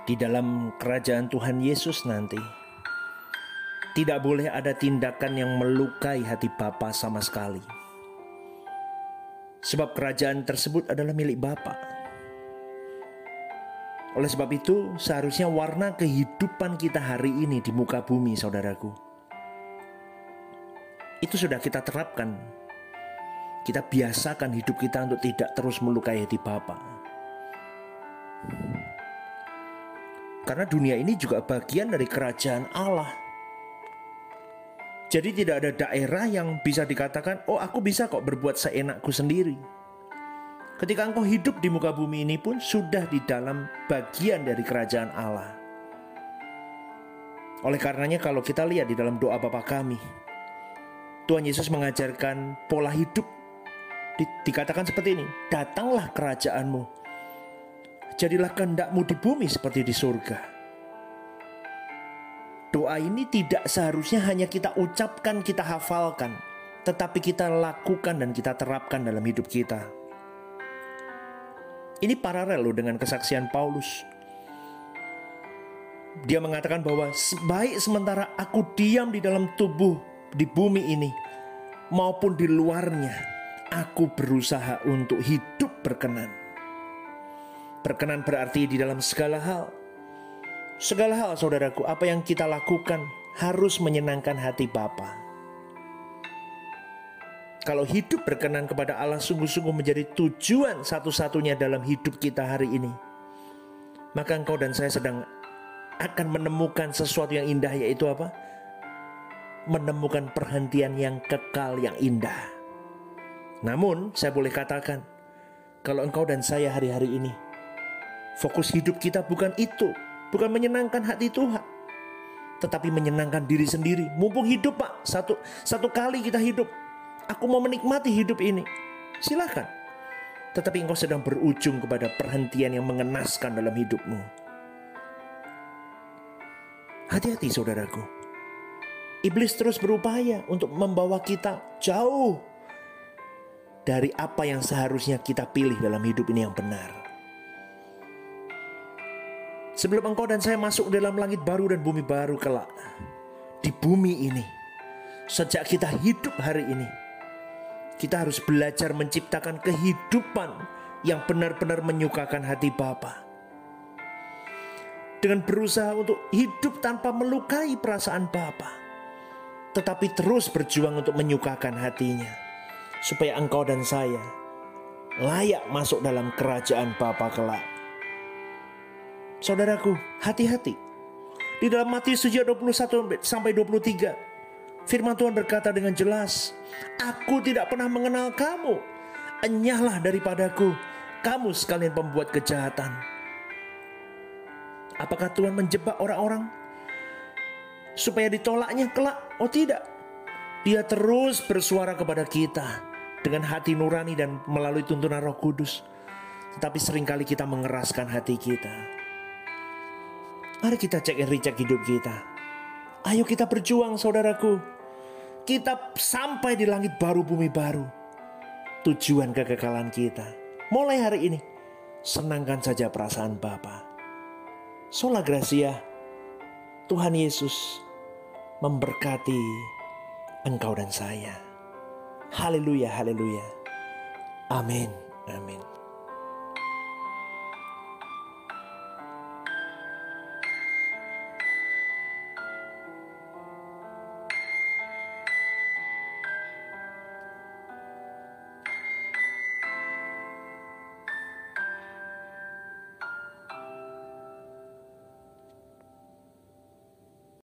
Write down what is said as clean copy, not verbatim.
Di dalam kerajaan Tuhan Yesus nanti, tidak boleh ada tindakan yang melukai hati Bapa sama sekali. Sebab kerajaan tersebut adalah milik Bapa. Oleh sebab itu, seharusnya warna kehidupan kita hari ini di muka bumi, saudaraku, itu sudah kita terapkan. Kita biasakan hidup kita untuk tidak terus melukai hati Bapa. Karena dunia ini juga bagian dari kerajaan Allah. Jadi tidak ada daerah yang bisa dikatakan, oh aku bisa kok berbuat seenakku sendiri. Ketika engkau hidup di muka bumi ini pun sudah di dalam bagian dari kerajaan Allah. Oleh karenanya kalau kita lihat di dalam doa Bapa kami, Tuhan Yesus mengajarkan pola hidup. Dikatakan seperti ini, datanglah kerajaanmu, jadilah kehendakmu di bumi seperti di surga. Doa ini tidak seharusnya hanya kita ucapkan, kita hafalkan, tetapi kita lakukan dan kita terapkan dalam hidup kita. Ini paralel loh dengan kesaksian Paulus. Dia mengatakan bahwa baik sementara aku diam di dalam tubuh di bumi ini maupun di luarnya, aku berusaha untuk hidup berkenan. Berkenan berarti di dalam segala hal. Segala hal, saudaraku, apa yang kita lakukan harus menyenangkan hati Bapa. Kalau hidup berkenan kepada Allah sungguh-sungguh menjadi tujuan satu-satunya dalam hidup kita hari ini, maka engkau dan saya sedang akan menemukan sesuatu yang indah, yaitu apa? Menemukan perhentian yang kekal, yang indah. Namun, saya boleh katakan, kalau engkau dan saya hari-hari ini, fokus hidup kita bukan itu, bukan menyenangkan hati Tuhan, tetapi menyenangkan diri sendiri. Mumpung hidup Pak, satu kali kita hidup, aku mau menikmati hidup ini. Silahkan. Tetapi engkau sedang berujung kepada perhentian yang mengenaskan dalam hidupmu. Hati-hati saudaraku. Iblis terus berupaya untuk membawa kita jauh dari apa yang seharusnya kita pilih dalam hidup ini yang benar. Sebelum engkau dan saya masuk dalam langit baru dan bumi baru kelak, di bumi ini, sejak kita hidup hari ini, kita harus belajar menciptakan kehidupan yang benar-benar menyukakan hati Bapa. Dengan berusaha untuk hidup tanpa melukai perasaan Bapa, tetapi terus berjuang untuk menyukakan hatinya, supaya engkau dan saya layak masuk dalam kerajaan Bapa kelak. Saudaraku, hati-hati. Di dalam Matius 7:21-23, firman Tuhan berkata dengan jelas, aku tidak pernah mengenal kamu, enyahlah daripadaku, kamu sekalian pembuat kejahatan. Apakah Tuhan menjebak orang-orang supaya ditolaknya kelak? Oh tidak. Dia terus bersuara kepada kita dengan hati nurani dan melalui tuntunan Roh Kudus. Tetapi seringkali kita mengeraskan hati kita. Mari kita cek and recheck hidup kita. Ayo kita berjuang saudaraku. Kita sampai di langit baru bumi baru. Tujuan kekekalan kita. Mulai hari ini, senangkan saja perasaan Bapa. Sola Gracia, Tuhan Yesus memberkati engkau dan saya. Haleluya, haleluya. Amin, amin.